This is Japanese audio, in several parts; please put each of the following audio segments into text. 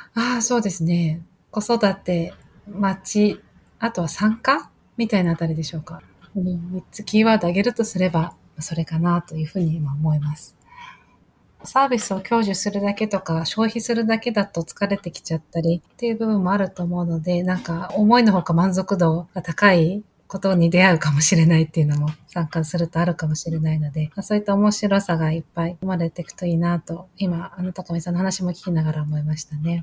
ああ、そうですね。子育て、町、あとは参加みたいなあたりでしょうか。3つキーワード挙げるとすれば、それかなというふうに今思います。サービスを享受するだけとか、消費するだけだと疲れてきちゃったりっていう部分もあると思うので、なんか思いのほか満足度が高いことに出会うかもしれないっていうのも参加するとあるかもしれないので、そういった面白さがいっぱい生まれていくといいなと、今、高見さんの話も聞きながら思いましたね。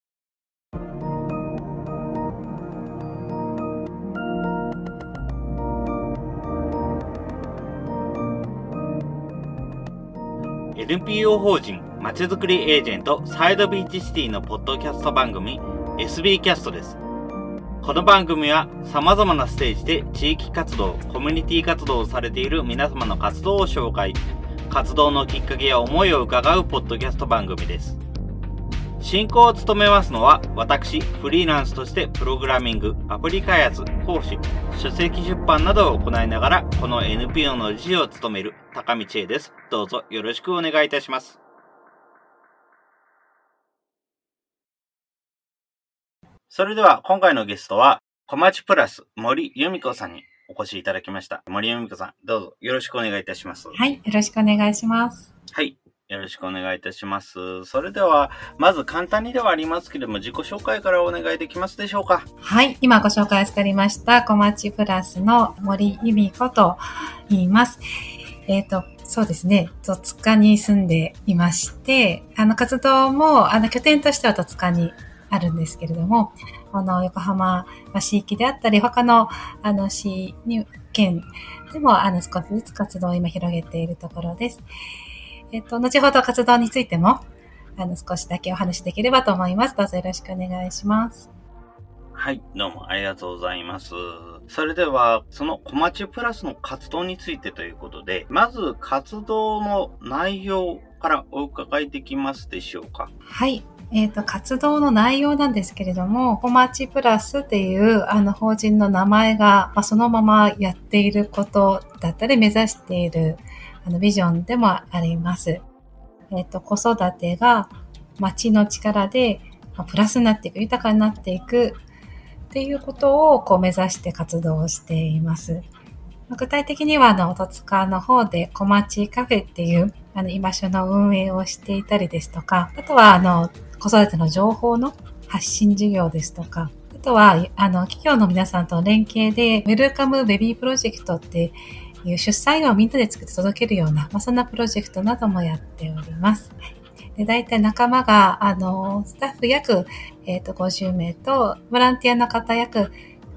NPO 法人まちづくりエージェントサイドビーチシティのポッドキャスト番組 SB キャストです。この番組は様々なステージで地域活動、コミュニティ活動をされている皆様の活動を紹介、活動のきっかけや思いを伺うポッドキャスト番組です。進行を務めますのは私、フリーランスとしてプログラミング、アプリ開発、講師、書籍出版などを行いながらこの NPO の理事を務める高見千恵です。どうぞよろしくお願いいたします。それでは今回のゲストは小町プラス森由美子さんにお越しいただきました。森由美子さん、どうぞよろしくお願いいたします。 はい、よろしくお願いします。 はい。よろしくお願いいたします。それでは、まず簡単にではありますけれども、自己紹介からお願いできますでしょうか。 はい、今ご紹介預かりました小町プラスの森由美子と言います。そうですね、戸塚に住んでいまして、活動も、拠点としては戸塚にあるんですけれども、横浜市域であったり、他の、市に、県でも、少しずつ活動を今広げているところです。後ほど活動についても、少しだけお話しできればと思います。どうぞよろしくお願いします。 はい、どうもありがとうございます。それでは、その小町プラスの活動についてということで、まず活動の内容からお伺いできますでしょうか。 はい。活動の内容なんですけれども、小町プラスっていう法人の名前が、そのままやっていることだったり目指しているビジョンでもあります。子育てが町の力でプラスになっていく、豊かになっていくっていうことを目指して活動をしています。具体的には戸塚の方で小町カフェっていう居場所の運営をしていたりですとか、あとは子育ての情報の発信事業ですとか、あとは企業の皆さんとの連携でウェルカムベビープロジェクトっていう出産用をみんなで作って届けるような、そんなプロジェクトなどもやっております。で、大体仲間がスタッフ約50名とボランティアの方約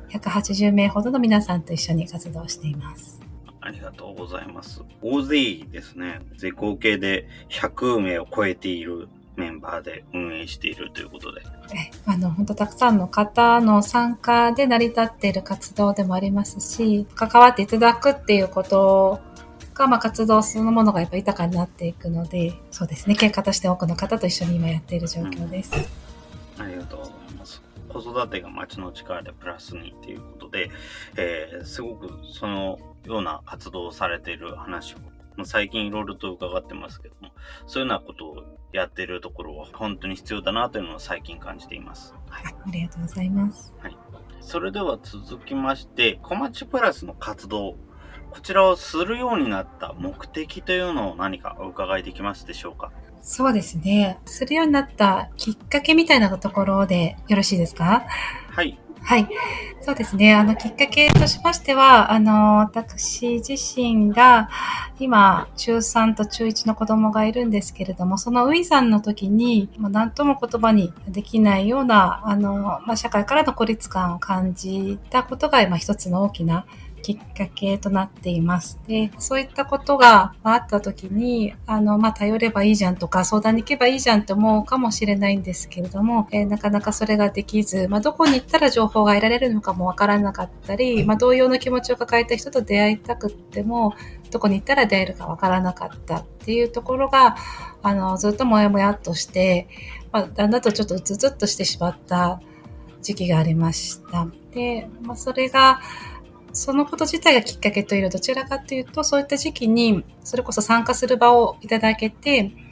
180名ほどの皆さんと一緒に活動しています。 ありがとうございます。大勢ですね。合計で100名を超えているメンバーで運営しているということで。 本当たくさんの方の参加で成り立っている活動でもありますし、関わっていただくっていうことが、活動そのものがやっぱ豊かになっていくので、そうですね、結果として多くの方と一緒に今やっている状況です。 ありがとうございます。子育てが町の力でプラスにということで、すごくそのような活動をされている話を最近いろいろと伺ってますけども、そういうようなことをやっているところは本当に必要だなというのを最近感じています。 はい、ありがとうございます。 はい。それでは続きまして、小町プラスの活動、こちらをするようになった目的というのを何かお伺いできますでしょうか。 そうですね。するようになったきっかけみたいなところでよろしいですか？ はい。 はい。そうですね。きっかけとしましては、私自身が、今、中3と中1の子供がいるんですけれども、その初産の時に、何とも言葉にできないような、社会からの孤立感を感じたことが、一つの大きなきっかけとなっています。で、そういったことがあった時に、頼ればいいじゃんとか、相談に行けばいいじゃんって思うかもしれないんですけれども、なかなかそれができず、どこに行ったら情報が得られるのかもわからなかったり、同様の気持ちを抱えた人と出会いたくっても、どこに行ったら出会えるかわからなかったっていうところが、ずっともやもやっとして、だんだんとちょっとうつっとしてしまった時期がありました。で、それが、そのこと自体がきっかけというよりどちらかというと、そういった時期にそれこそ参加する場をいただけて、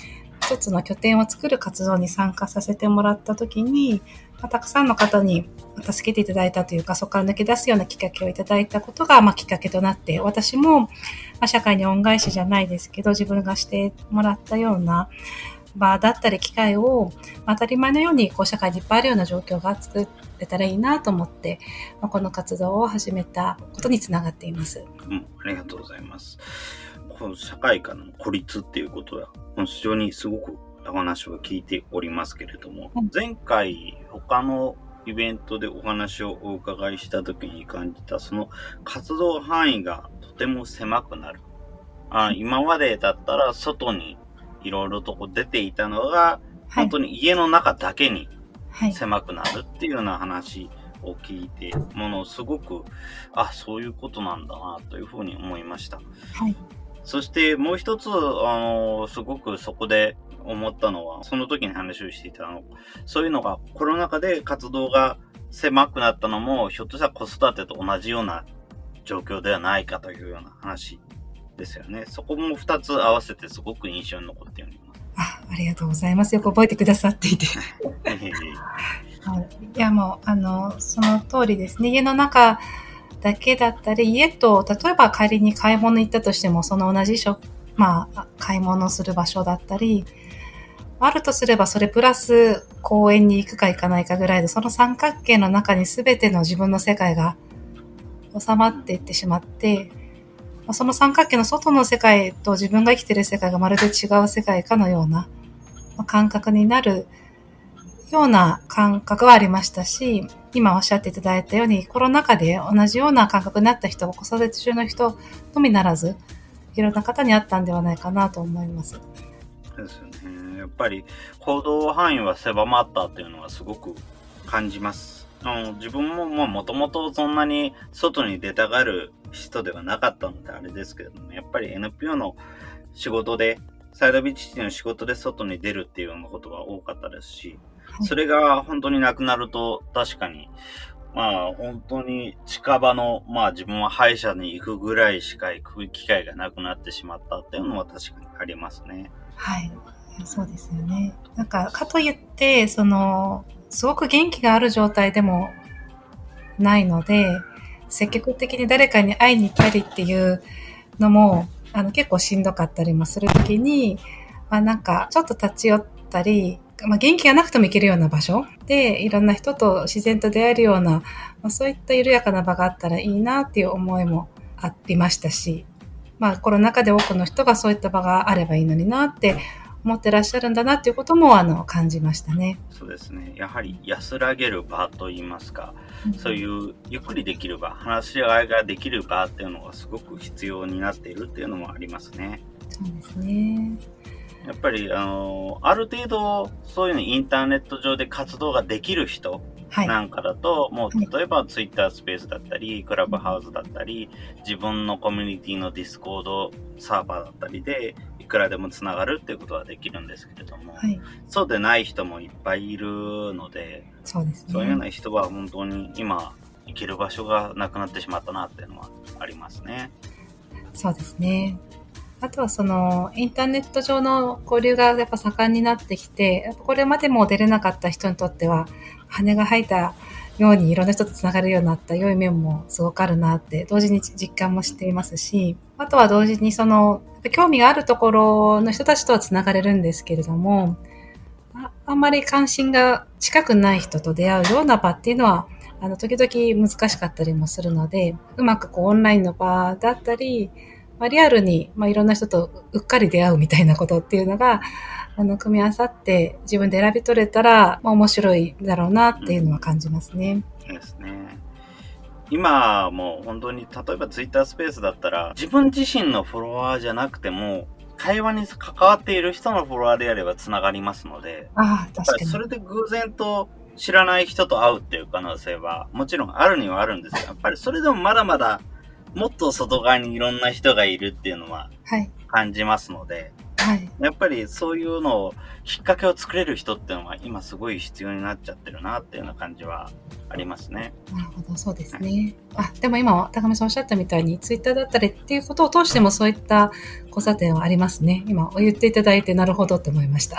一つの拠点を作る活動に参加させてもらった時に、たくさんの方に助けていただいたというか、そこから抜け出すようなきっかけをいただいたことが、きっかけとなって、私も、社会に恩返しじゃないですけど、自分がしてもらったような場だったり機会を、当たり前のように社会にいっぱいあるような状況が作れたらいいなと思って、この活動を始めたことにつながっています。 ありがとうございます。この社会からの孤立っていうことは、非常にすごくお話を聞いておりますけれども、前回他のイベントでお話をお伺いした時に感じたその活動範囲がとても狭くなる。今までだったら外にいろいろと出ていたのが、本当に家の中だけに狭くなるっていうような話を聞いて、ものすごく、そういうことなんだなというふうに思いました。そしてもう一つ、すごくそこで思ったのは、その時に話をしていたの、そういうのがコロナ禍で活動が狭くなったのも、ひょっとしたら子育てと同じような状況ではないかというような話ですよね。そこも2つ合わせてすごく印象に残っております。 ありがとうございます。よく覚えてくださっていて。いや、もう、その通りですね。家の中だけだったり、家と、例えば仮に買い物行ったとしても、その同じ買い物する場所だったり、あるとすればそれプラス公園に行くか行かないかぐらいで、その三角形の中に全ての自分の世界が収まっていってしまって、その三角形の外の世界と自分が生きている世界がまるで違う世界かのような感覚になるような感覚はありましたし、今おっしゃっていただいたようにコロナ禍で同じような感覚になった人、子育て中の人のみならず、いろんな方にあったんではないかなと思います。 ですよね。やっぱり行動範囲は狭まったっていうのはすごく感じます。自分ももともとそんなに外に出たがる人ではなかったのであれですけれども、やっぱり NPO の仕事で、サイドビーチシティの仕事で外に出るっていうようなことが多かったですし、それが本当になくなると確かに、本当に近場の、自分は歯医者に行くぐらいしか行く機会がなくなってしまったっていうのは確かにありますね。 はい。そうですよね。かといって、すごく元気がある状態でもないので、積極的に誰かに会いに行ったりっていうのも、結構しんどかったりもするときに、ちょっと立ち寄ったり、元気がなくても行けるような場所で、いろんな人と自然と出会えるような、そういった緩やかな場があったらいいなっていう思いもありましたし、コロナ禍で多くの人がそういった場があればいいのになって思ってらっしゃるんだなっていうことも感じましたね。 そうですね。やはり安らげる場といいますか、そういうゆっくりできる場、話し合いができる場っていうのがすごく必要になっているっていうのもありますね。 そうですね。 やっぱりある程度そういうのインターネット上で活動ができる人なんかだと、もう例えばツイッタースペースだったり、クラブハウスだったり、自分のコミュニティのディスコードサーバーだったりでいくらでもつながるっていうことはできるんですけれども、そうでない人もいっぱいいるので、そうですね。そういうような人は本当に今行ける場所がなくなってしまったなっていうのはありますね。 そうですね。あとはインターネット上の交流がやっぱ盛んになってきて、これまでも出れなかった人にとっては羽が生えたようにいろんな人とつながるようになった良い面もすごくあるなって同時に実感もしていますし、あとは同時に興味があるところの人たちとはつながれるんですけれども、あんまり関心が近くない人と出会うような場っていうのは時々難しかったりもするので、うまくオンラインの場だったり、リアルに、いろんな人とうっかり出会うみたいなことっていうのが、組み合わさって自分で選び取れたら、面白いだろうなっていうのは感じますね。 ですね。今もう本当に、例えばツイッタースペースだったら、自分自身のフォロワーじゃなくても、会話に関わっている人のフォロワーであればつながりますので、 確かに。 それで偶然と知らない人と会うっていう可能性は、もちろんあるにはあるんですが、やっぱりそれでもまだまだ、もっと外側にいろんな人がいるっていうのは感じますので、 はい。 やっぱりそういうのを、きっかけを作れる人っていうのは今すごい必要になっちゃってるなっていうような感じはありますね。 なるほど、そうですね。でも今、高見さんおっしゃったみたいに、ツイッターだったりっていうことを通してもそういった交差点はありますね。今、言っていただいてなるほどって思いました。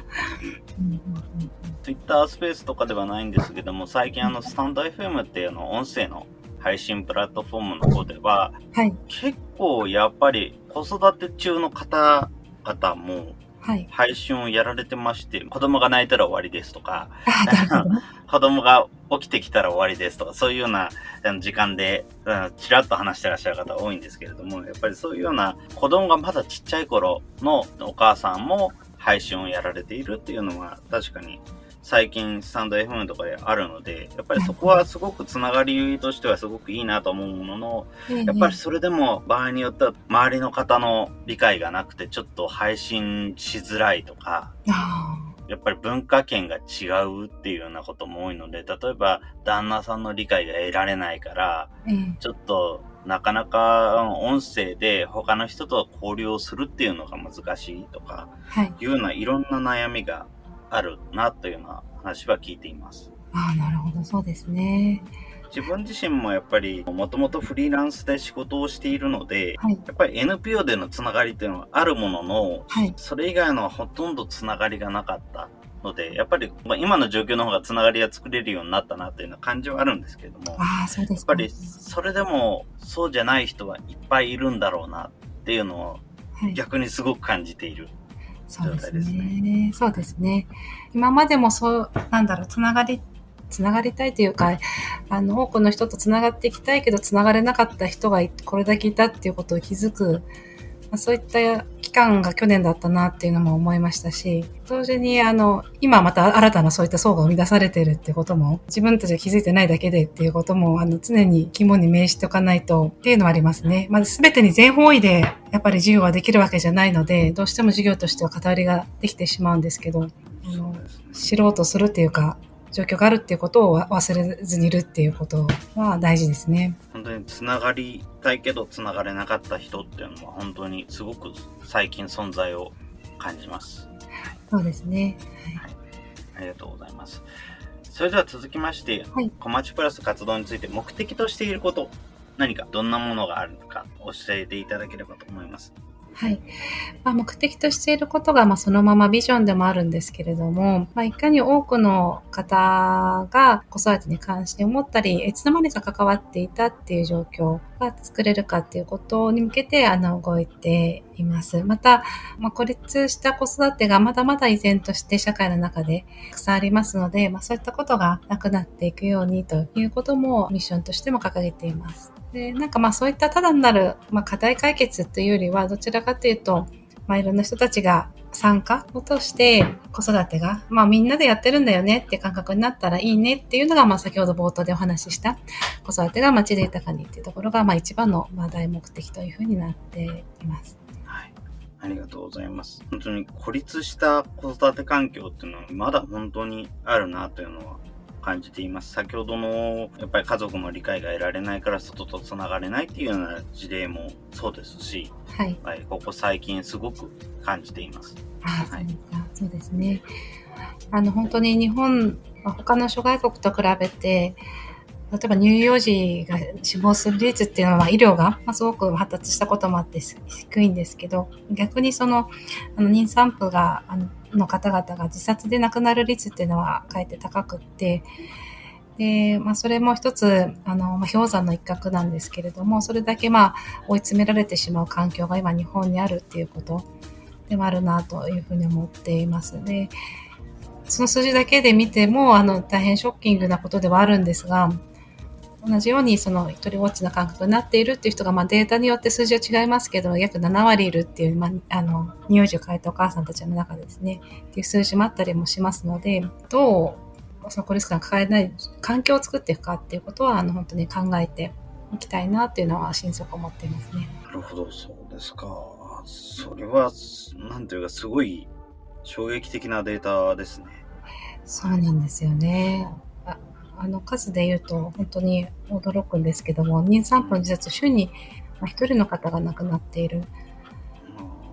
ツイッタースペースとかではないんですけども、最近スタンド FM っていう音声の配信プラットフォームの方では、 はい、 結構やっぱり子育て中の方々も配信をやられてまして、子供が泣いたら終わりですとか、子供が起きてきたら終わりですとか、そういうような時間でちらっと話してらっしゃる方多いんですけれども、やっぱりそういうような子供がまだちっちゃい頃のお母さんも配信をやられているっていうのは確かに最近スタンド FM とかであるので、やっぱりそこはすごくつながりとしてはすごくいいなと思うものの、やっぱりそれでも場合によっては周りの方の理解がなくてちょっと配信しづらいとか、やっぱり文化圏が違うっていうようなことも多いので、例えば旦那さんの理解が得られないから、ちょっとなかなか音声で他の人と交流をするっていうのが難しいとか、いうようないろんな悩みがあるなというような話は聞いています。 なるほど、そうですね。 自分自身もやっぱりもともとフリーランスで仕事をしているので、やっぱり NPO でのつながりっていうのはあるものの、それ以外のはほとんどつながりがなかったので、やっぱり今の状況の方がつながりが作れるようになったなというような感じはあるんですけれども、 そうですやっぱりそれでもそうじゃない人はいっぱいいるんだろうなっていうのを逆にすごく感じている。 そうですね。そうですね。今までもつながりたいというか、多くの人とつながっていきたいけど、つながれなかった人がこれだけいたっていうことを気づく、そういった期間が去年だったなっていうのも思いましたし、同時に今また新たなそういった層が生み出されているっていうことも、自分たちが気づいてないだけでっていうことも、常に肝に銘じておかないとっていうのはありますね。全てに全方位でやっぱり授業はできるわけじゃないので、どうしても授業としては偏りができてしまうんですけど、知ろうとするっていうか、状況があるっていうことを忘れずにいるっていうことは大事ですね。 本当につながりたいけどつながれなかった人っていうのは本当にすごく最近存在を感じます。 そうですね。 ありがとうございます。それでは続きまして、小町プラス活動について目的としていること、何かどんなものがあるのか教えていただければと思います。 目的としていることが、そのままビジョンでもあるんですけれども、いかに多くの方が子育てに関心を持ったり、いつの間にか関わっていたっていう状況が作れるかっていうことに向けて、動いています。また、孤立した子育てがまだまだ依然として社会の中でたくさんありますので、そういったことがなくなっていくようにということもミッションとしても掲げています。で、そういったただなる、課題解決というよりは、どちらかというと、いろんな人たちが参加を通して子育てが、みんなでやってるんだよねって感覚になったらいいねっていうのが、先ほど冒頭でお話しした子育てが街で豊かにっていうところが、一番の、大目的というふうになっています。 ありがとうございます。本当に孤立した子育て環境っていうのはまだ本当にあるなというのは感じています。先ほどのやっぱり家族の理解が得られないから外とつながれないっていうような事例もそうですし、ここ最近すごく感じています。 そうですね。本当に日本、他の諸外国と比べて、例えば乳幼児が死亡する率っていうのは医療がすごく発達したこともあって低いんですけど、逆に妊産婦の方々が自殺で亡くなる率っていうのはかえって高くって、で、それも一つ、氷山の一角なんですけれども、それだけ追い詰められてしまう環境が今日本にあるっていうことでもあるなというふうに思っています。で、その数字だけで見ても、大変ショッキングなことではあるんですが、同じように一人ウォッチな感覚になっているっていう人が、データによって数字は違いますけど、約7割いるっていう、乳幼児を抱えたお母さんたちの中でですね、っていう数字もあったりもしますので、どうその孤立感を抱えない環境を作っていくかっていうことは、本当に考えていきたいなっていうのは心底思っていますね。 なるほど、そうですか。それは、なんていうか、すごい衝撃的なデータですね。 そうなんですよね。数で言うと本当に驚くんですけども、妊産婦の自殺週に1人の方が亡くなっている。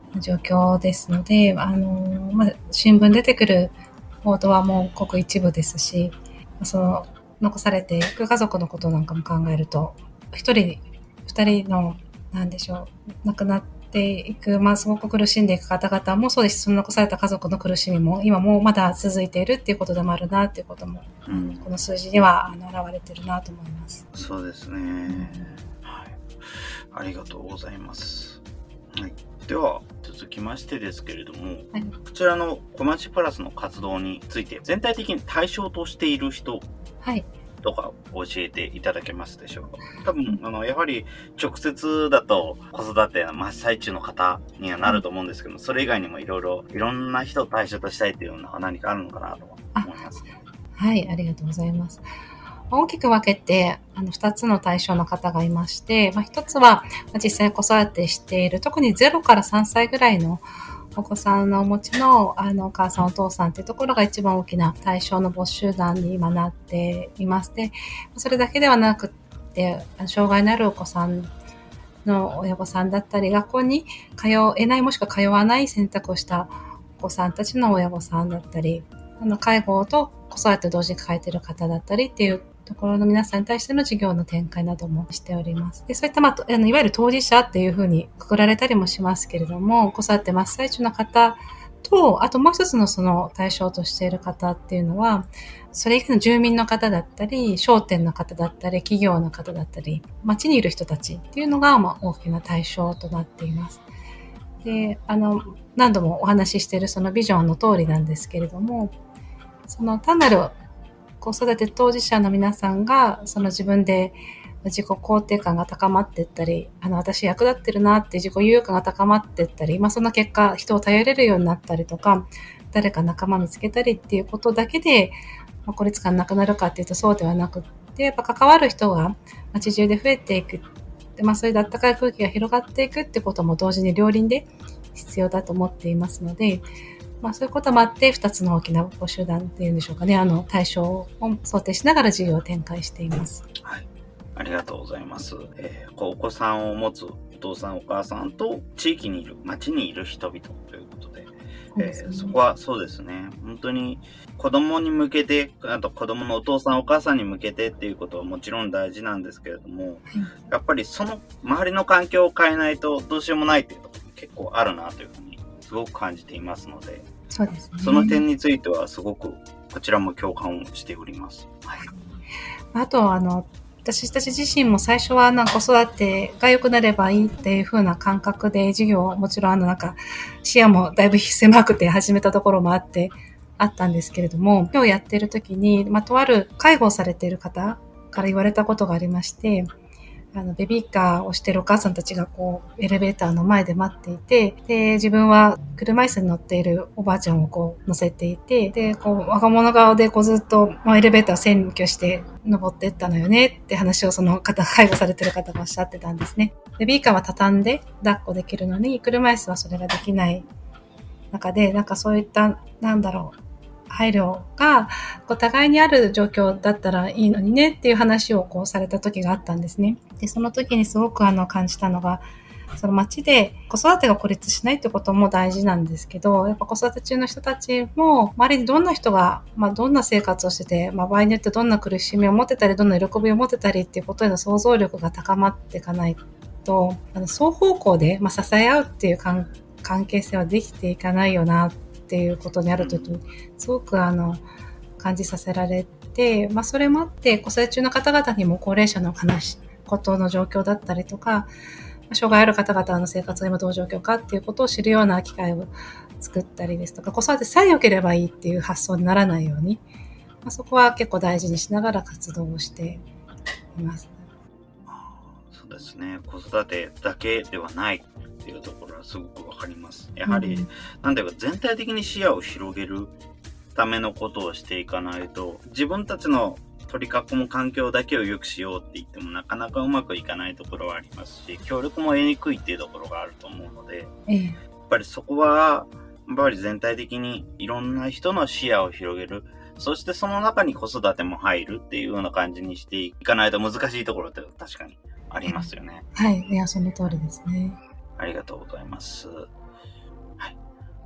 状況ですので、新聞出てくる報道はもうごく一部ですし、残されていく家族のことなんかも考えると、一人、二人の、亡くなっていく、すごく苦しんでいく方々もそうですし、その残された家族の苦しみも今もまだ続いているっていうことでもあるなっていうことも、この数字には現れてるなと思います。 そうですね。はい。ありがとうございます。はい。では続きましてですけれども、はい、こちらの小町プラスの活動について全体的に対象としている人とか教えていただけますでしょうか。多分やはり直接だと子育ての真っ最中の方にはなると思うんですけども、それ以外にもいろんな人を対象としたいというのは何かあるのかなと思いますね。 はい、ありがとうございます。大きく分けて、2つの対象の方がいまして、1つは、実際子育てしている、特に0から3歳ぐらいのお子さんのお持ちの、お母さんお父さんというところが一番大きな対象の母集団に今なっています。で、それだけではなくて、障害のあるお子さんの親御さんだったり、学校に通えないもしくは通わない選択をしたお子さんたちの親御さんだったり、介護と子育てを同時に抱えている方だったりっていうところの皆さんに対しての事業の展開などもしております。で、そういったいわゆる当事者っていうふうにくくられたりもしますけれども、子育て真っ最中の方と、あともう一つのその対象としている方っていうのは、それ以外の住民の方だったり、商店の方だったり、企業の方だったり、街にいる人たちっていうのが大きな対象となっています。で、何度もお話ししているそのビジョンの通りなんですけれども、その単なる子育て当事者の皆さんがその自分で自己肯定感が高まっていったり、私役立ってるなって自己優位感が高まっていったり、その結果人を頼れるようになったりとか、誰か仲間見つけたりっていうことだけで、孤立感なくなるかっていうとそうではなくって、やっぱ関わる人が街中で増えていく。で、それで暖かい空気が広がっていくってことも同時に両輪で必要だと思っていますので、そういうこともあって、2つの大きな母集団っていうんでしょうかね、対象を想定しながら事業を展開しています。 はい。ありがとうございます。お子さんを持つお父さんお母さんと地域にいる、町にいる人々ということで、そこはそうですね、本当に子供に向けて、あと子供のお父さんお母さんに向けてっていうことはもちろん大事なんですけれども、やっぱりその周りの環境を変えないとどうしようもないっていうところも結構あるなというふうにすごく感じていますので、 そうですね、 その点についてはすごくこちらも共感をしております。はい、 あと私たち自身も最初は子育てが良くなればいいっていう風な感覚で授業をもちろん視野もだいぶ狭くて始めたところもあったんですけれども、今日やっている時に、とある介護をされている方から言われたことがありまして、ベビーカーをしているお母さんたちがエレベーターの前で待っていて、で、自分は車椅子に乗っているおばあちゃんを乗せていて、で、若者顔でずっとエレベーターを占拠して登っていったのよねって話をその方、介護されている方がおっしゃってたんですね。ベビーカーは畳んで抱っこできるのに、車椅子はそれができない中で、そういった配慮が互いにある状況だったらいいのにねっていう話をされた時があったんですね。で、その時にすごく感じたのが、その街で子育てが孤立しないってことも大事なんですけど、やっぱ子育て中の人たちも周りにどんな人が、どんな生活をしてて、場合によってどんな苦しみを持ってたり、どんな喜びを持ってたりっていうことへの想像力が高まっていかないと、双方向で、支え合うっていう関係性はできていかないよなっていうことにあるときにすごく感じさせられて、それもあって子育て中の方々にも高齢者のことの状況だったりとか、障害ある方々の生活が今どういう状況かっていうことを知るような機会を作ったりですとか、子育てさえ良ければいいっていう発想にならないように、そこは結構大事にしながら活動をしています。 そうですね。子育てだけではないっていうところはすごくわかります。やはり、全体的に視野を広げるためのことをしていかないと、自分たちの取り囲む環境だけを良くしようって言ってもなかなかうまくいかないところはありますし、協力も得にくいっていうところがあると思うので、やっぱりそこはやっぱり全体的にいろんな人の視野を広げる、そしてその中に子育ても入るっていうような感じにしていかないと難しいところって確かにありますよね。 はい、いやその通りですね。 ありがとうございます。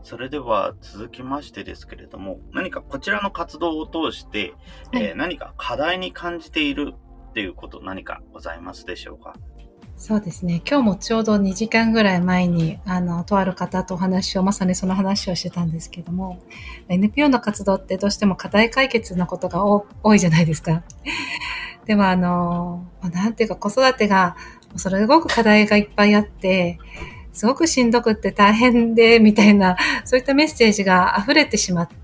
それでは続きましてですけれども、何かこちらの活動を通して、何か課題に感じているっていうこと何かございますでしょうか？ そうですね。今日もちょうど2時間ぐらい前に、とある方とまさにその話をしてたんですけども、NPO の活動ってどうしても課題解決のことが多いじゃないですか。でもなんていうか子育てが、それすごく課題がいっぱいあって、すごくしんどくって大変で、みたいな、そういったメッセージが溢れてしまって、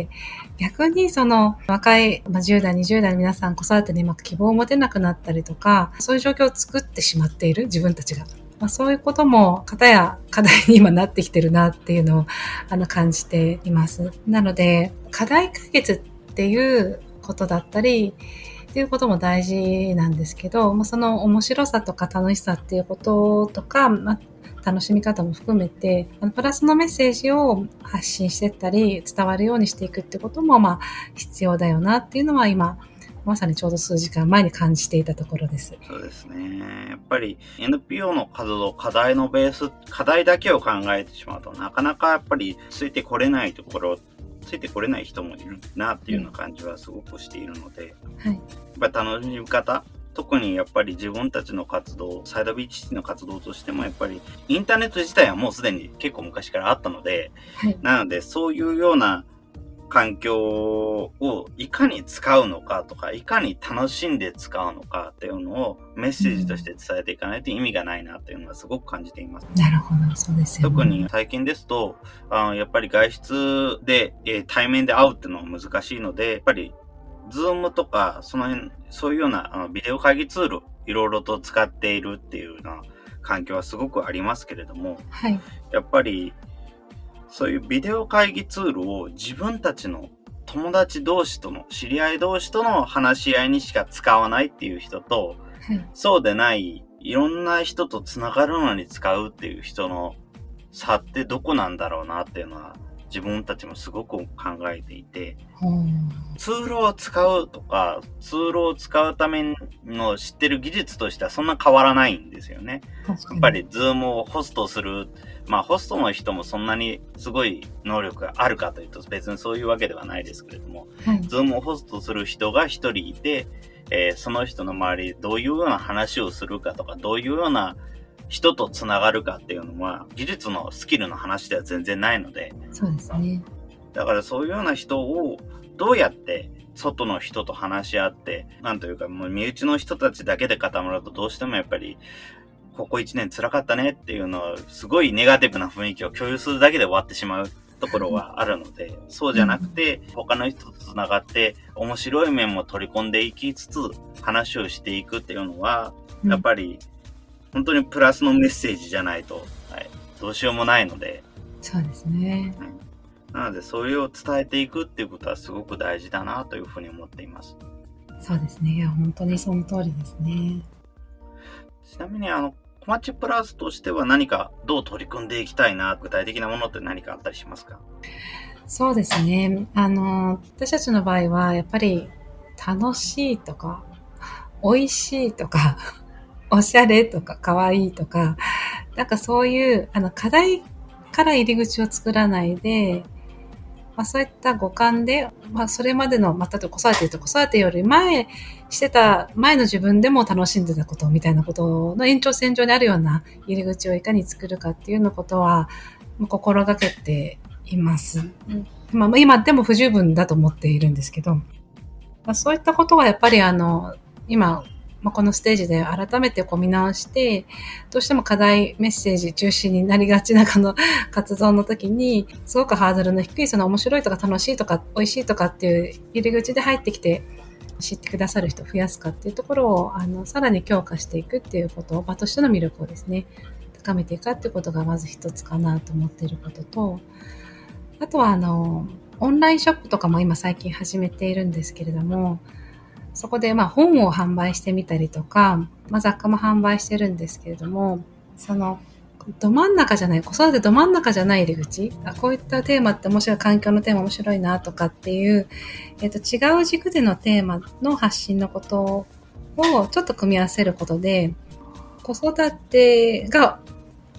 逆にその若い10代、20代の皆さん子育てにうまく希望を持てなくなったりとか、そういう状況を作ってしまっている自分たちが。そういうことも片や課題に今なってきてるなっていうのを感じています。なので、課題解決っていうことだったり、っていうことも大事なんですけど、その面白さとか楽しさっていうこととか、楽しみ方も含めて、プラスのメッセージを発信していったり、伝わるようにしていくってことも、必要だよなっていうのは今、まさにちょうど数時間前に感じていたところです。 そうですね。やっぱり NPO の活動、課題のベース、課題だけを考えてしまうと、なかなかやっぱりついてこれないところ、ついてこれない人もいるなっていうような感じはすごくしているので、 はい、 やっぱり楽しみ方、特にやっぱり自分たちの活動、サイドビーチシティの活動としてもやっぱりインターネット自体はもうすでに結構昔からあったので、 はい、 なのでそういうような環境をいかに使うのかとか、いかに楽しんで使うのかっていうのをメッセージとして伝えていかないと意味がないなっていうのはすごく感じています。 なるほど、そうですよね。 特に最近ですと、やっぱり外出で、対面で会うっていうのは難しいので、やっぱりズームとかそういうようなビデオ会議ツールいろいろと使っているっていうような環境はすごくありますけれども、 はい、 やっぱりそういうビデオ会議ツールを自分たちの友達同士との、知り合い同士との話し合いにしか使わないっていう人と、 はい、 そうでないいろんな人とつながるのに使うっていう人の差ってどこなんだろうなっていうのは自分たちもすごく考えていて、ツールを使うとか、ツールを使うための知ってる技術としてはそんな変わらないんですよね。やっぱりズームをホストする、ホストの人もそんなにすごい能力があるかというと別にそういうわけではないですけれども、 はい、 ズームをホストする人が一人いて、その人の周りでどういうような話をするかとか、どういうような人とつながるかっていうのは技術のスキルの話では全然ないので、 そうですね。 だからそういうような人をどうやって外の人と話し合って、なんというかもう身内の人たちだけで固まるとどうしてもやっぱりここ1年辛かったねっていうのはすごいネガティブな雰囲気を共有するだけで終わってしまうところはあるので、そうじゃなくて他の人とつながって面白い面も取り込んでいきつつ話をしていくっていうのはやっぱり本当にプラスのメッセージじゃないと、どうしようもないので。 そうですね。 なのでそれを伝えていくっていうことはすごく大事だなというふうに思っています。 そうですね。いや本当にその通りですね。 ちなみに小町プラスとしては何かどう取り組んでいきたいな、具体的なものって何かあったりしますか？ そうですね。私たちの場合はやっぱり楽しいとか美味しいとかおしゃれとか可愛いとか、なんかそういう課題から入り口を作らないで、そういった五感で、それまでの、例えば子育てより前の自分でも楽しんでたことみたいなことの延長線上にあるような入り口をいかに作るかっていうのことは心がけています。今でも不十分だと思っているんですけど、そういったことはやっぱり今、このステージで改めて見直して、どうしても課題メッセージ中心になりがちな活動の時に、すごくハードルの低い面白いとか楽しいとか美味しいとかっていう入り口で入ってきて知ってくださる人を増やすかっていうところをさらに強化していくっていうことを場としての魅力をですね、高めていくかっていうことがまず一つかなと思っていることと、あとはオンラインショップとかも今最近始めているんですけれども、そこで本を販売してみたりとか、雑貨も販売してるんですけれども、そのど真ん中じゃない、子育てど真ん中じゃない入り口、こういったテーマって面白い、環境のテーマ面白いなとかっていう、違う軸でのテーマの発信のことをちょっと組み合わせることで、子育てが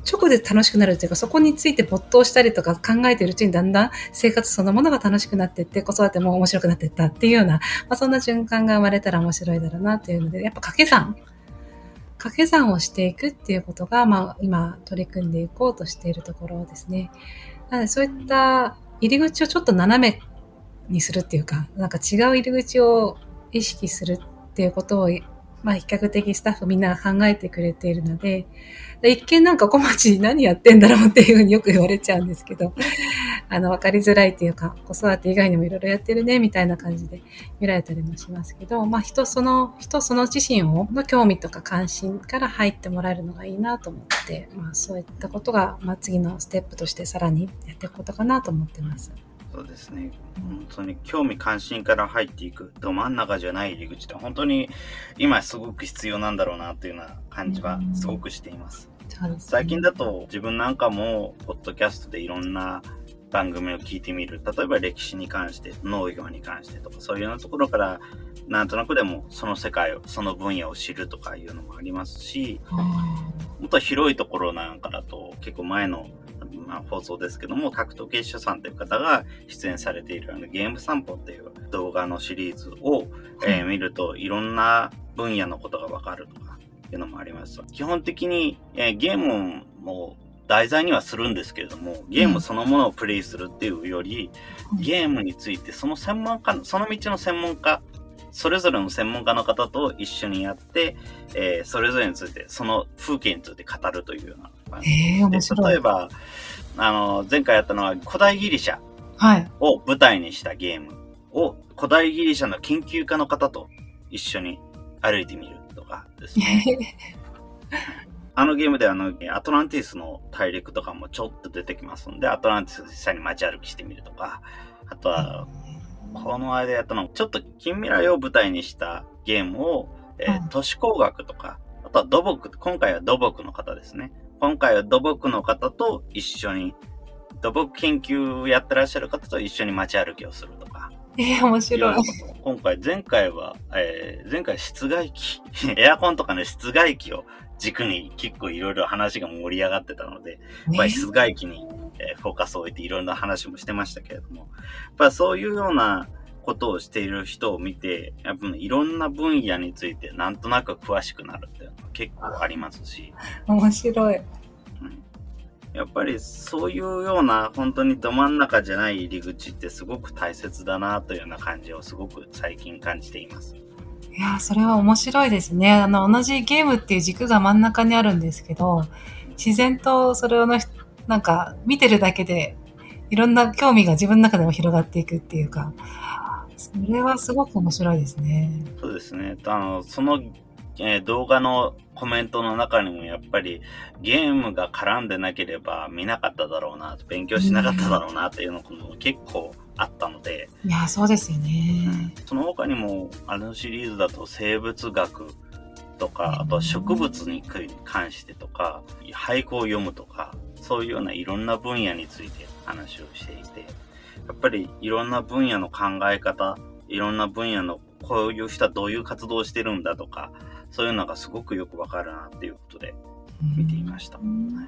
直で楽しくなるというか、そこについて没頭したりとか考えているうちにだんだん生活そのものが楽しくなっていって、子育ても面白くなっていったっていうような、そんな循環が生まれたら面白いだろうなというので、やっぱ掛け算をしていくっていうことが、今取り組んでいこうとしているところですね。なのでそういった入り口をちょっと斜めにするっていうか、なんか違う入り口を意識するっていうことを、比較的スタッフみんなが考えてくれているので、一見なんか小町何やってんだろうっていうふうによく言われちゃうんですけど、わかりづらいっていうか、子育て以外にもいろいろやってるね、みたいな感じで見られたりもしますけど、人その自身の興味とか関心から入ってもらえるのがいいなと思って、そういったことが、次のステップとしてさらにやっていくことかなと思ってます。 そうですね。本当に興味関心から入っていくど真ん中じゃない入り口って本当に今すごく必要なんだろうなというような感じはすごくしています。最近だと自分なんかもポッドキャストでいろんな番組を聞いてみる。例えば歴史に関して、農業に関してとか、そういうようなところからなんとなくでもその世界を、その分野を知るとかいうのもありますし、もっと広いところなんかだと結構前の放送ですけども、格闘技師さんという方が出演されているゲーム散歩っていう動画のシリーズを、見るといろんな分野のことがわかるとかいうのもあります。基本的に、ゲームも題材にはするんですけれども、ゲームそのものをプレイするっていうより、ゲームについてその道の専門家、それぞれの専門家の方と一緒にやって、それぞれについて、その風景について語るというような感じで、例えば、前回やったのは古代ギリシャを舞台にしたゲームを古代ギリシャの研究家の方と一緒に歩いてみるとかですね。ゲームでアトランティスの大陸とかもちょっと出てきますので、アトランティス実際に街歩きしてみるとか、あとは、この間やったの、ちょっと近未来を舞台にしたゲームを、都市工学とか、あとは土木、今回は土木の方ですね。今回は土木の方と一緒に、土木研究やってらっしゃる方と一緒に街歩きをするとか。 面白い。 前回は室外機、エアコンとかね、室外機を軸に結構いろいろ話が盛り上がってたので、やっぱり室外機にフォーカスを置いていろんな話もしてましたけれども、やっぱそういうようなことをしている人を見て、やっぱいろんな分野についてなんとなく詳しくなるっていうのは結構ありますし。 面白い。 やっぱりそういうような本当にど真ん中じゃない入り口ってすごく大切だなというような感じをすごく最近感じています。 いや、それは面白いですね。同じゲームっていう軸が真ん中にあるんですけど、自然とそれをなんか見てるだけでいろんな興味が自分の中でも広がっていくっていうか、それはすごく面白いですね。 そうですね。その動画のコメントの中にもやっぱりゲームが絡んでなければ見なかっただろうな、勉強しなかっただろうなっていうのも結構あったので。 いや、そうですよね。 その他にもシリーズだと生物学とか、あとは植物に関してとか、俳句を読むとか、そういうようないろんな分野について話をしていて、やっぱりいろんな分野の考え方、いろんな分野のこういう人はどういう活動をしてるんだとか、そういうのがすごくよくわかるなっていうことで見ていました。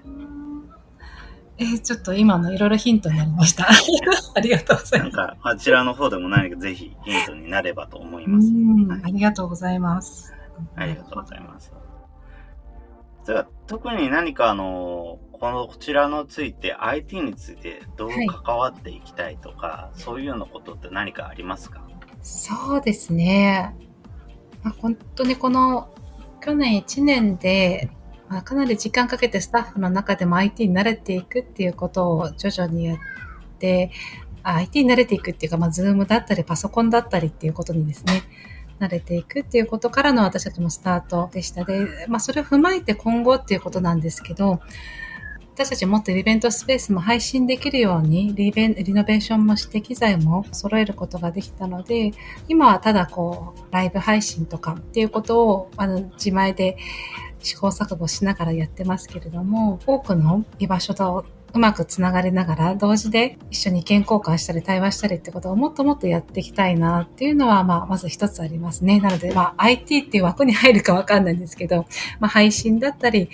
ちょっと今のいろいろヒントになりました。ありがとうございます。 なんかあちらの方でも何かぜひヒントになればと思います。 ありがとうございます。 ありがとうございます。では特に何かこちらのついて IT についてどう関わっていきたいとか、そういうようなことって何かありますか？ そうですね。本当にこの去年1年で、かなり時間かけてスタッフの中でも IT に慣れていくっていうことを徐々にやって、IT に慣れていくっていうか、Zoom だったりパソコンだったりっていうことにですね、慣れていくっていうことからの私たちもスタートでした。で、それを踏まえて今後っていうことなんですけど、私たちもっとイベントスペースも配信できるようにリノベーションもして機材も揃えることができたので、今はただライブ配信とかっていうことを自前で試行錯誤しながらやってますけれども、多くの居場所とうまくつながりながら同時で一緒に意見交換したり対話したりってことをもっともっとやっていきたいなっていうのはまず一つありますね。なのでIT っていう枠に入るかわかんないんですけど、配信だったり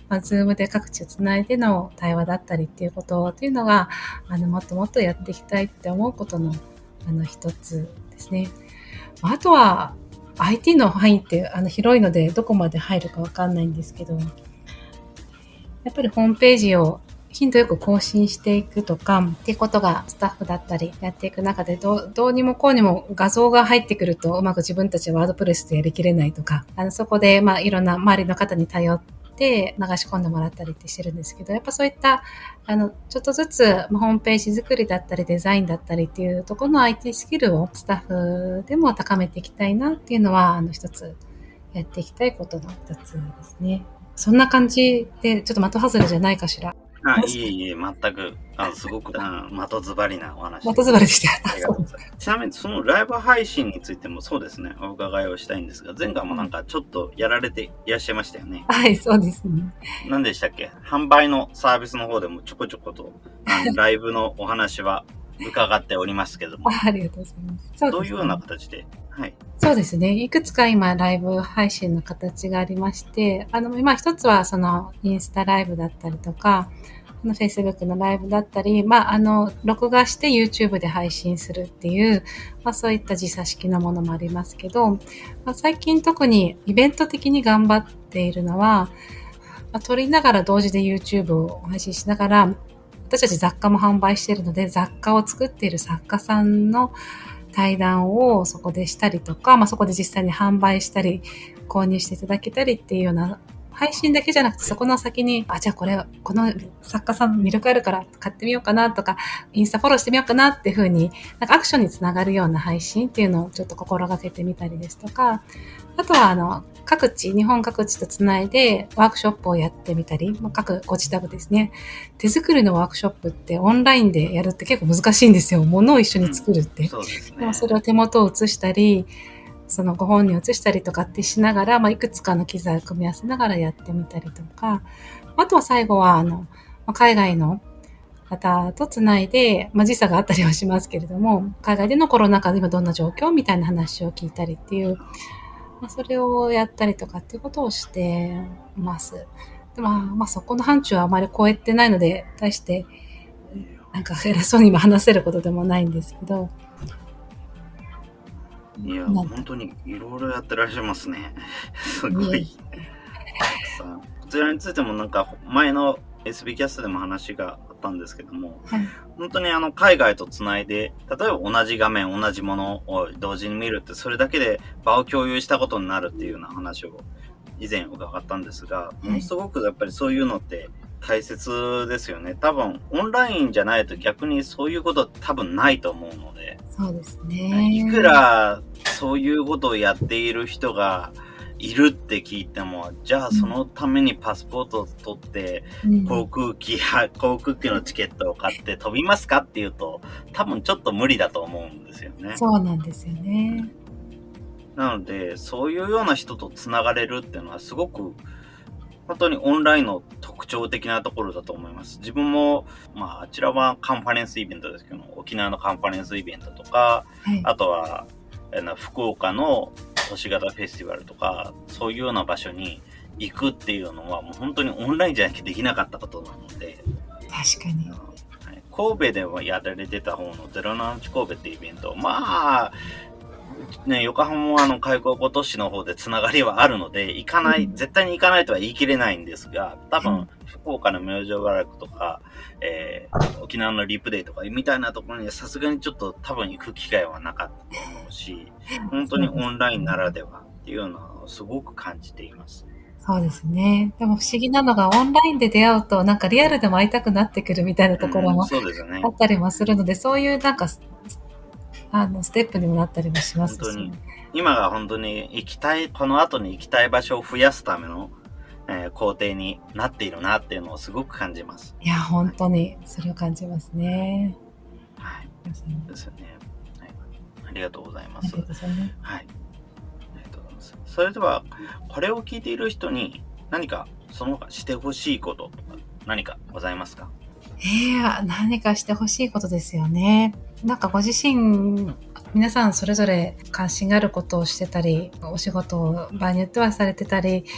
ズームで各地つないでの対話だったりっていうことっていうのが、もっともっとやっていきたいって思うことの、一つですね。あとは、IT の範囲って広いのでどこまで入るかわかんないんですけど、やっぱりホームページを頻度よく更新していくとかっていうことがスタッフだったりやっていく中でどうにもこうにも画像が入ってくるとうまく自分たちはワードプレスでやりきれないとか、そこでいろんな周りの方に頼って流し込んでもらったりってしてるんですけど、やっぱそういったちょっとずつホームページ作りだったりデザインだったりっていうところの IT スキルをスタッフでも高めていきたいなっていうのは一つやっていきたいことの一つですね。そんな感じでちょっと的外れじゃないかしら。 いえ、全く、すごく、的ズバリなお話。 的ズバリでした。 ありがとうございます。ちなみに、そのライブ配信についてもそうですね、お伺いをしたいんですが、前回もなんかちょっとやられていらっしゃいましたよね。 はい、そうですね。 何でしたっけ？販売のサービスの方でもちょこちょこと、ライブのお話は伺っておりますけども。 ありがとうございます。そうですね。 どういうような形で？はい。 そうですね。いくつか今ライブ配信の形がありまして、今一つはそのインスタライブだったりとか、Facebook のライブだったり、録画して YouTube で配信するっていう、そういった時差式のものもありますけど、最近特にイベント的に頑張っているのは、撮りながら同時で YouTube を配信しながら、私たち雑貨も販売しているので、雑貨を作っている作家さんの対談をそこでしたりとか、そこで実際に販売したり、購入していただけたりっていうような、配信だけじゃなくてそこの先に、じゃあこの作家さん魅力あるから買ってみようかなとか、インスタフォローしてみようかなっていう風に、アクションにつながるような配信っていうのをちょっと心がけてみたりですとか、あとは日本各地とつないでワークショップをやってみたり、各ご自宅ですね。手作りのワークショップってオンラインでやるって結構難しいんですよ。物を一緒に作るって。 そうですね。 でもそれを手元を写したり、そのご本人を写したりとかってしながら、いくつかの機材を組み合わせながらやってみたりとか、あとは最後は、海外の方とつないで、時差があったりはしますけれども、海外でのコロナ禍で今どんな状況みたいな話を聞いたりっていう、それをやったりとかっていうことをしてます。でそこの範疇はあまり超えてないので、対して、なんか偉そうに今話せることでもないんですけど、 いや、本当にいろいろやってらっしゃいますね。すごい。こちらについてもなんか前の SB キャストでも話があったんですけども、本当に海外とつないで、例えば同じ画面、同じものを同時に見るって、それだけで場を共有したことになるっていうような話を以前伺ったんですが、ものすごくやっぱりそういうのって大切ですよね。多分オンラインじゃないと逆にそういうこと多分ないと思うので。 そうですね。 いくらそういうことをやっている人がいるって聞いても、じゃあそのためにパスポートを取って、航空機のチケットを買って飛びますかっていうと、多分ちょっと無理だと思うんですよね。 そうなんですよね。 なので、そういうような人とつながれるっていうのはすごく本当にオンラインの特徴的なところだと思います。自分も、あちらはカンファレンスイベントですけど、沖縄のカンファレンスイベントとか、あとは福岡の都市型フェスティバルとか、そういうような場所に行くっていうのはもう本当にオンラインじゃなきゃできなかったことなので。 確かに。 神戸ではやられてた方の07神戸っていうイベント、横浜は開港都市の方でつながりはあるので、絶対に行かないとは言い切れないんですが、多分、福岡の明星ガラクとか、沖縄のリプデイとかみたいなところにはさすがにちょっと多分行く機会はなかったと思うし、本当にオンラインならではっていうのをすごく感じています。 そうですね。でも不思議なのがオンラインで出会うとなんかリアルでも会いたくなってくるみたいなところもあったりもするので、そういうなんかステップにもなったりもしますし、 本当に今が本当にこの後に行きたい場所を増やすための、工程になっているなっていうのをすごく感じます。 いや本当にそれを感じますね。 はい。ですよね。はい。ありがとうございます。 ありがとうございます。 はい。ありがとうございます。それではこれを聞いている人に何かその他してほしいこととか何かございますか？ 何かしてほしいことですよね。なんかご自身、皆さんそれぞれ関心があることをしてたり、お仕事を場合によってはされてたり、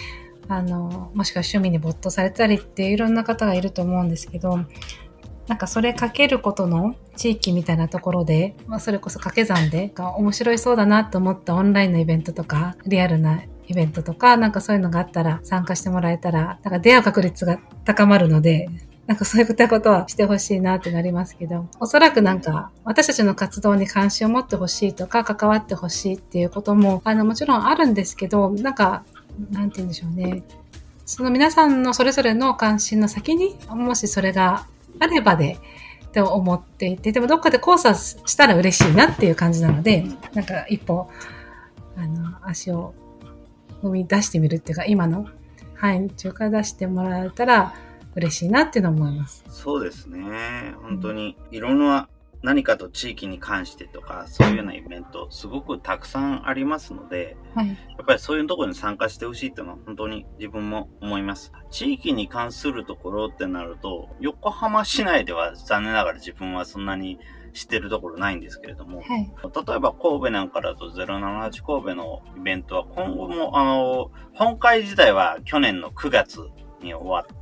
もしくは趣味に没頭されたりっていろんな方がいると思うんですけど、なんかそれかけることの地域みたいなところで、それこそ掛け算で面白いそうだなと思ったオンラインのイベントとか、リアルなイベントとか、なんかそういうのがあったら参加してもらえたら、なんか出会う確率が高まるので、なんかそういったことはしてほしいなってなりますけど、おそらくなんか私たちの活動に関心を持ってほしいとか関わってほしいっていうことももちろんあるんですけど、なんかなんて言うんでしょうね。その皆さんのそれぞれの関心の先にもしそれがあればでって思っていて、でもどっかで交差したら嬉しいなっていう感じなので、なんか一歩足を踏み出してみるっていうか、今の範囲中から出してもらえたら嬉しいなっていうのを思います。 そうですね。本当にいろんな何かと地域に関してとか、そういうようなイベントすごくたくさんありますので、やっぱりそういうところに参加してほしいっていうのは本当に自分も思います。地域に関するところってなると、横浜市内では残念ながら自分はそんなに知ってるところないんですけれども、例えば神戸なんかだと078神戸のイベントは今後も本会自体は去年の9月に終わって、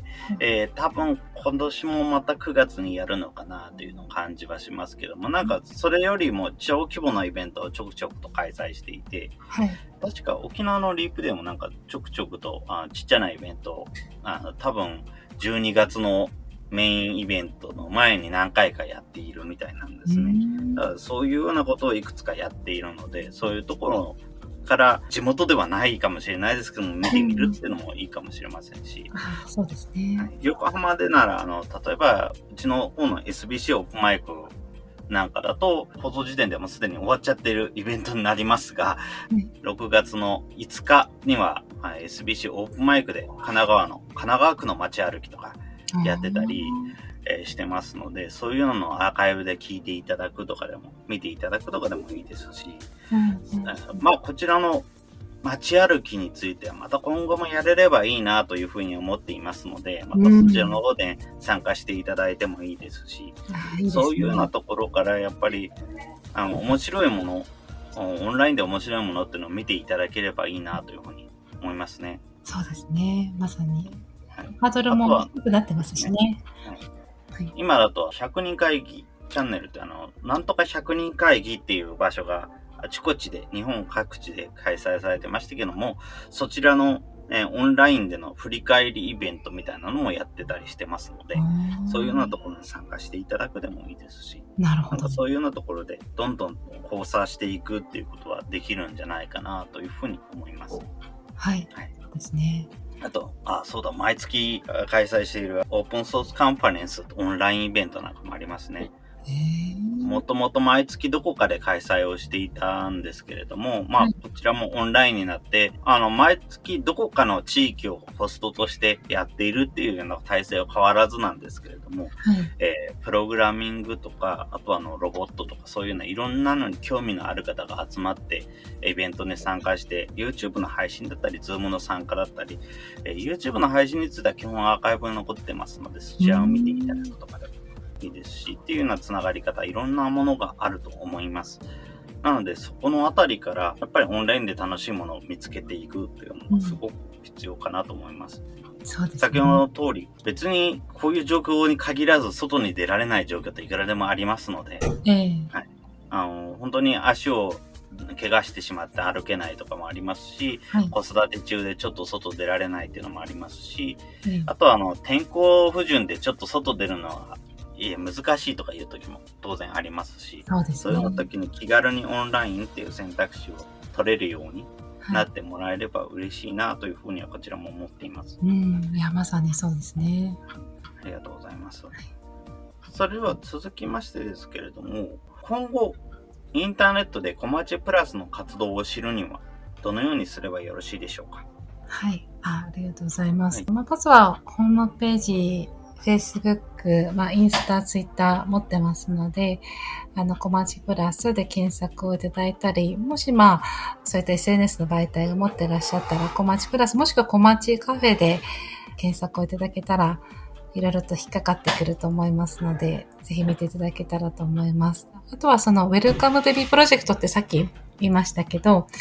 多分今年もまた9月にやるのかなというのを感じはしますけども、なんかそれよりも超規模なイベントをちょくちょくと開催していて、確か沖縄のリープでもなんかちょくちょくとちっちゃなイベントを多分12月のメインイベントの前に何回かやっているみたいなんですね。だからそういうようなことをいくつかやっているので、そういうところから地元ではないかもしれないですけども、見てみるっていうのもいいかもしれませんし。 そうですね。 横浜でなら、例えば、うちの方の SBC オープンマイクなんかだと、放送時点でもすでに終わっちゃってるイベントになりますが、6月の5日には、SBC オープンマイクで神奈川区の街歩きとかやってたり、してますので、そういうのをアーカイブで聞いていただくとかでも、見ていただくとかでもいいですし、まあこちらの街歩きについてはまた今後もやれればいいなというふうに思っていますので、またそちらの方で参加していただいてもいいですし、そういうようなところからやっぱり面白いもの、オンラインで面白いものっていうのを見ていただければいいなというふうに思いますね。 そうですね、まさに。ハードルも低くなってますしね。 今だと100人会議チャンネルってなんとか100人会議っていう場所があちこちで日本各地で開催されてましたけども、そちらの、オンラインでの振り返りイベントみたいなのもやってたりしてますので、そういうようなところに参加していただくでもいいですし、 なるほど。 そういうようなところでどんどん交差していくっていうことはできるんじゃないかなというふうに思います。 はい。ですね。 あと、そうだ、毎月開催しているオープンソースカンファレンスオンラインイベントなんかもありますね。もともと毎月どこかで開催をしていたんですけれども、まあ、こちらもオンラインになって、毎月どこかの地域をホストとしてやっているっていうような体制は変わらずなんですけれども、プログラミングとか、あとロボットとかそういうようないろんなのに興味のある方が集まって、イベントに参加して、YouTube の配信だったり、Zoom の参加だったり、YouTube の配信については基本アーカイブに残ってますので、そちらを見ていただくとかでもいいですし、っていうようなつながり方、いろんなものがあると思います。なので、そこのあたりから、やっぱりオンラインで楽しいものを見つけていくっていうのもすごく必要かなと思います。 そうですね。 先ほどの通り、別にこういう状況に限らず、外に出られない状況っていくらでもありますので、本当に足を怪我してしまって歩けないとかもありますし、子育て中でちょっと外出られないっていうのもありますし、あとは天候不順でちょっと外出るのは難しいとかいう時も当然ありますし、そういう時に気軽にオンラインっていう選択肢を取れるようになってもらえれば嬉しいなというふうにはこちらも思っています。 いや、まさにそうですね。 ありがとうございます。それでは続きましてですけれども、今後インターネットでコマチプラスの活動を知るにはどのようにすればよろしいでしょうか。 はい、ありがとうございます。まずはホームページ、Facebook、インスタ、ツイッター持ってますので、コマチプラスで検索をいただいたり、もしそういった SNS の媒体を持ってらっしゃったら、コマチプラスもしくはコマチカフェで検索をいただけたら、いろいろと引っかかってくると思いますので、ぜひ見ていただけたらと思います。あとはウェルカムベビープロジェクトってさっき言いましたけど、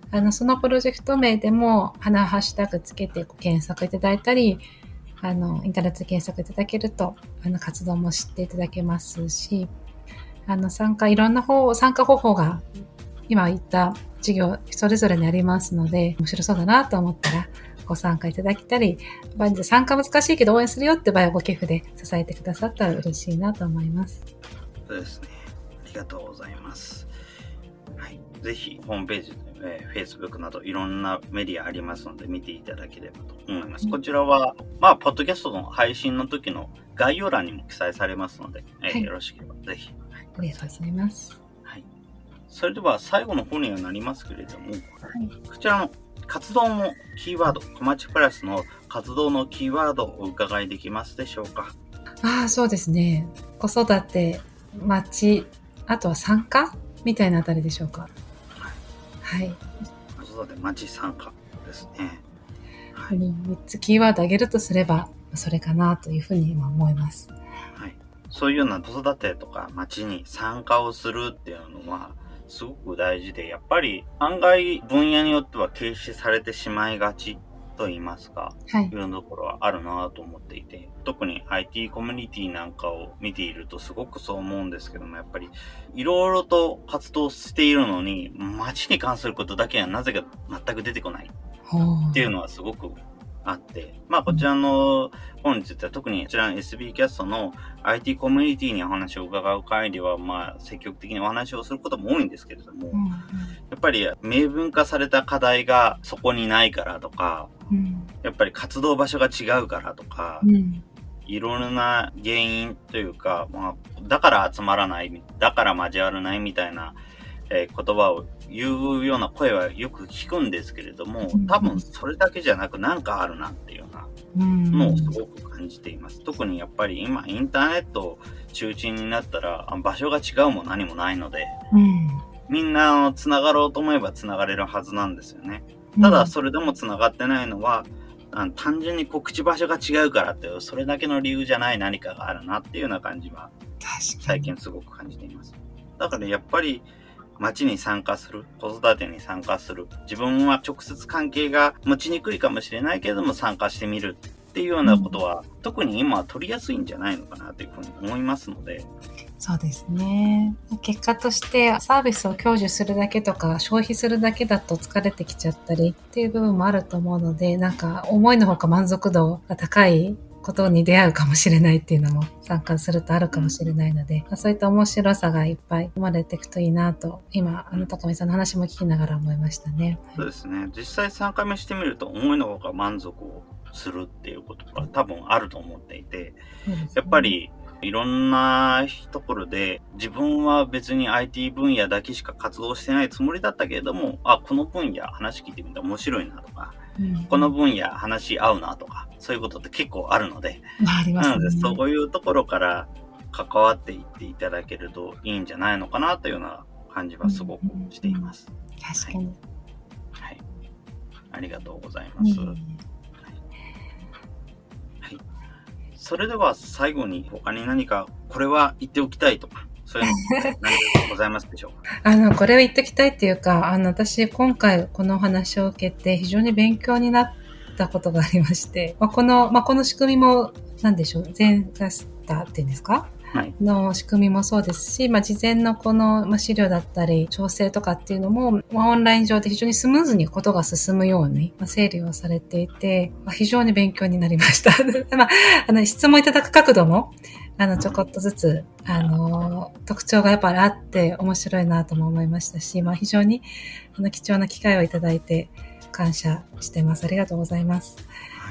そのプロジェクト名でも、ハッシュタグつけて検索いただいたり、インターネットで検索いただけると、活動も知っていただけますし、いろんな参加方法が、今言った授業、それぞれにありますので、面白そうだなと思ったら、ご参加いただけたり、参加難しいけど応援するよって場合はご寄付で支えてくださったら嬉しいなと思います。 そうですね。ありがとうございます。はい。ぜひ、ホームページ、Facebook などいろんなメディアありますので見ていただければと思います。こちらは、ポッドキャストの配信の時の概要欄にも記載されますので、よろしければぜひ。 ありがとうございます。 はい。それでは最後の方にはなりますけれども、こちらの活動のキーワード、こまちプラスの活動のキーワードをお伺いできますでしょうか。 そうですね。子育て、町、あとは参加みたいなあたりでしょうか。はい。 子育て、町、参加ですね。 はい。3つキーワード挙げるとすれば、それかなというふうに今思います。 はい。そういうような子育てとか町に参加をするっていうのは、すごく大事で、やっぱり案外分野によっては軽視されてしまいがちと言いますか、いうところはあるなと思っていて、特に IT コミュニティなんかを見ているとすごくそう思うんですけども、やっぱりいろいろと活動しているのに、街に関することだけはなぜか全く出てこないっていうのはすごくあって、こちらの本については特にこちらの SB キャストの IT コミュニティにお話を伺う会では、積極的にお話をすることも多いんですけれども、やっぱり明文化された課題がそこにないからとか、やっぱり活動場所が違うからとか、いろんな原因というか、だから集まらない、だから交わらないみたいな、言葉を言うような声はよく聞くんですけれども、多分それだけじゃなくなんかあるなっていうようなのをすごく感じています。特にやっぱり今インターネット中心になったら場所が違うも何もないので、みんな繋がろうと思えば繋がれるはずなんですよね。ただそれでも繋がってないのは、単純に告知場所が違うからっていう、それだけの理由じゃない何かがあるなっていうような感じは最近すごく感じています。だからやっぱり町に参加する、子育てに参加する、自分は直接関係が持ちにくいかもしれないけれども参加してみるっていうようなことは、特に今は取りやすいんじゃないのかなというふうに思いますので。 そうですね。結果としてサービスを享受するだけとか消費するだけだと疲れてきちゃったりっていう部分もあると思うので、思いのほか満足度が高いことに出会うかもしれないっていうのも参加するとあるかもしれないので、そういった面白さがいっぱい生まれていくといいなと、今、高見さんの話も聞きながら思いましたね。 そうですね。実際3回目してみると思いのほか満足をするっていうことが多分あると思っていて、やっぱりいろんなところで自分は別に IT 分野だけしか活動してないつもりだったけれども、この分野話聞いてみたら面白いなとか、この分野話し合うなとか、そういうことって結構あるので、なのでそういうところから関わっていっていただけるといいんじゃないのかなというような感じはすごくしています。 確かに。 はい。ありがとうございます。それでは最後に他に何かこれは言っておきたいとか、そういうの何かございますでしょうか。 これを言っておきたいっていうか、私今回このお話を受けて非常に勉強になったことがありまして、この仕組みも何でしょう、全キャスターっていうんですか、の仕組みもそうですし、事前のこの資料だったり調整とかっていうのも、オンライン上で非常にスムーズにことが進むように整理をされていて、非常に勉強になりました質問いただく角度もちょこっとずつ特徴がやっぱりあって面白いなとも思いましたし、非常に貴重な機会をいただいて感謝しています。ありがとうございます。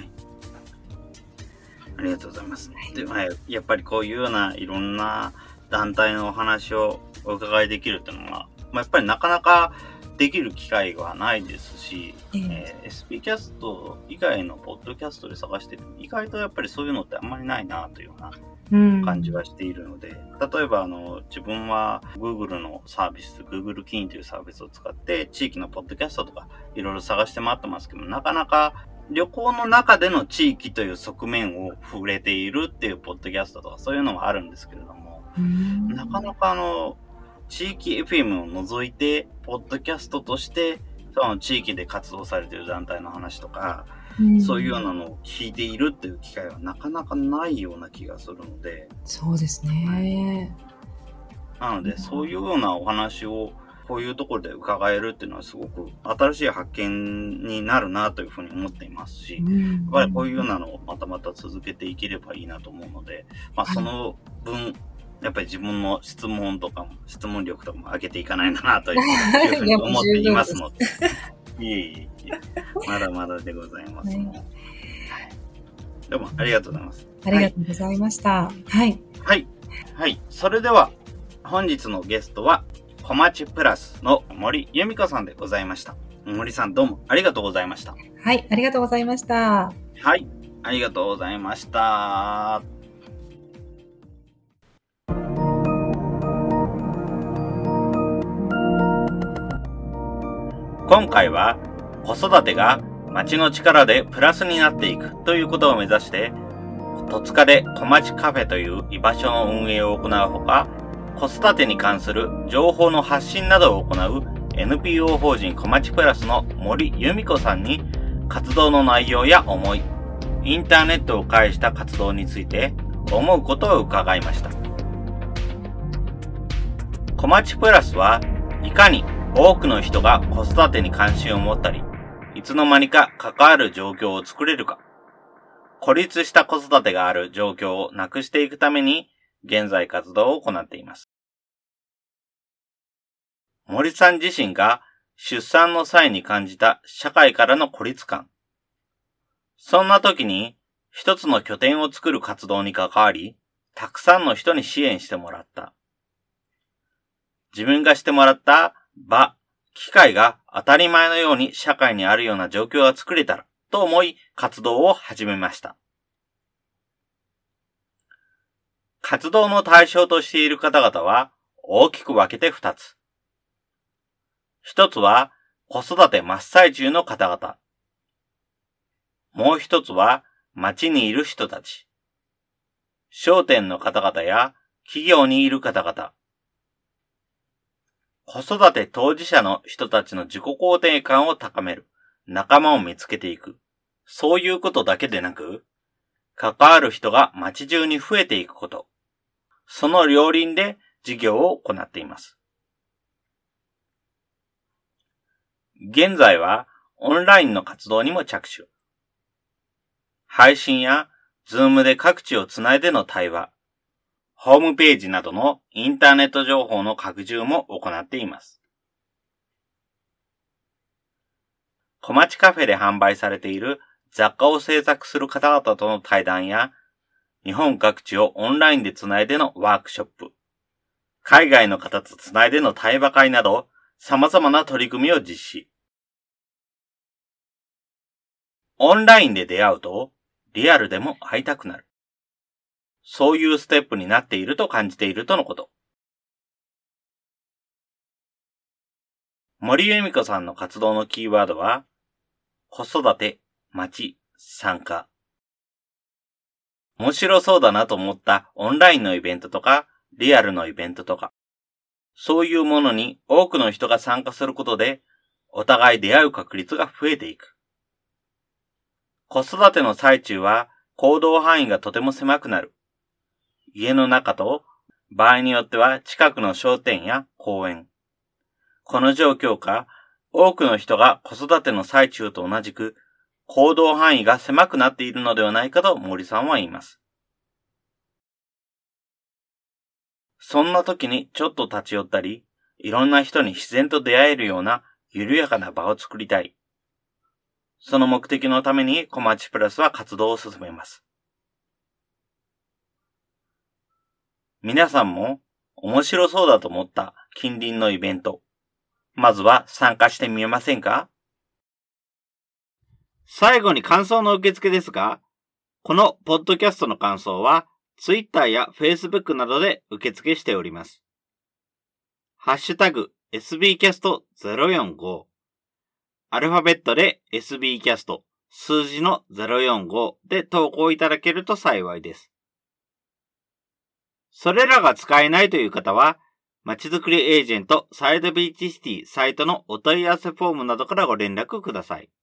ありがとうございます。で、やっぱりこういうようないろんな団体のお話をお伺いできるというのは、やっぱりなかなかできる機会がないですし、SB キャスト以外のポッドキャストで探してても意外とやっぱりそういうのってあんまりないなというような感じはしているので、例えば自分は Google のサービス、Google キーンというサービスを使って地域のポッドキャストとかいろいろ探して回ってますけど、なかなか旅行の中での地域という側面を触れているっていうポッドキャストとかそういうのはあるんですけれども、なかなか地域 FM を除いてポッドキャストとしてその地域で活動されている団体の話とか、そういうようなのを聞いているっていう機会はなかなかないような気がするので。 そうですね。 なので、そういうようなお話をこういうところで伺えるっていうのはすごく新しい発見になるなというふうに思っていますし、やっぱりこういうようなのをまた続けていければいいなと思うので、その分、やっぱり自分の質問力とかも上げていかないなというふうに思っていますので。いえ、まだまだでございます。どうもありがとうございます。 ありがとうございました。はい。 はい。はい。それでは、本日のゲストは、小町プラスの森由美子さんでございました。森さんどうもありがとうございました。 はい、ありがとうございました。 はい、ありがとうございました。今回は子育てが町の力でプラスになっていくということを目指して、戸塚で小町カフェという居場所の運営を行うほか、子育てに関する情報の発信などを行う NPO 法人小町プラスの森由美子さんに活動の内容や思い、インターネットを介した活動について思うことを伺いました。小町プラスはいかに多くの人が子育てに関心を持ったり、いつの間にか関わる状況を作れるか、孤立した子育てがある状況をなくしていくために現在活動を行っています。森さん自身が出産の際に感じた社会からの孤立感。そんな時に一つの拠点を作る活動に関わり、たくさんの人に支援してもらった。自分がしてもらった場、機会が当たり前のように社会にあるような状況が作れたらと思い活動を始めました。活動の対象としている方々は大きく分けて2つ。一つは子育て真っ最中の方々。もう一つは町にいる人たち。商店の方々や企業にいる方々。子育て当事者の人たちの自己肯定感を高める。仲間を見つけていく。そういうことだけでなく、関わる人が町中に増えていくこと。その両輪で事業を行っています。現在はオンラインの活動にも着手。配信やズームで各地をつないでの対話、ホームページなどのインターネット情報の拡充も行っています。小町カフェで販売されている雑貨を制作する方々との対談や、日本各地をオンラインでつないでのワークショップ、海外の方とつないでの対話会など、様々な取り組みを実施。オンラインで出会うと、リアルでも会いたくなる。そういうステップになっていると感じているとのこと。森由美子さんの活動のキーワードは、子育て、町、参加。面白そうだなと思ったオンラインのイベントとか、リアルのイベントとか、そういうものに多くの人が参加することで、お互い出会う確率が増えていく。子育ての最中は行動範囲がとても狭くなる。家の中と、場合によっては近くの商店や公園。この状況下、多くの人が子育ての最中と同じく、行動範囲が狭くなっているのではないかと森さんは言います。そんな時にちょっと立ち寄ったり、いろんな人に自然と出会えるような緩やかな場を作りたい。その目的のために小町プラスは活動を進めます。皆さんも面白そうだと思った近隣のイベント、まずは参加してみませんか？最後に感想の受付ですが、このポッドキャストの感想は Twitter や Facebook などで受付しております。ハッシュタグ SBcast045 アルファベットで SBcast 数字の045で投稿いただけると幸いです。それらが使えないという方はまちづくりエージェントサイドビーチシティサイトのお問い合わせフォームなどからご連絡ください。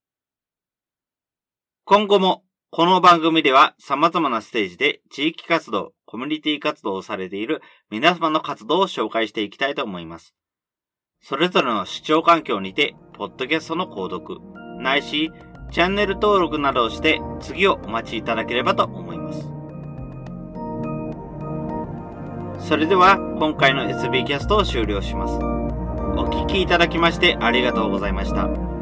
今後もこの番組では様々なステージで地域活動、コミュニティ活動をされている皆様の活動を紹介していきたいと思います。それぞれの視聴環境にて、ポッドキャストの購読、ないし、チャンネル登録などをして次をお待ちいただければと思います。それでは今回の SB キャストを終了します。お聞きいただきましてありがとうございました。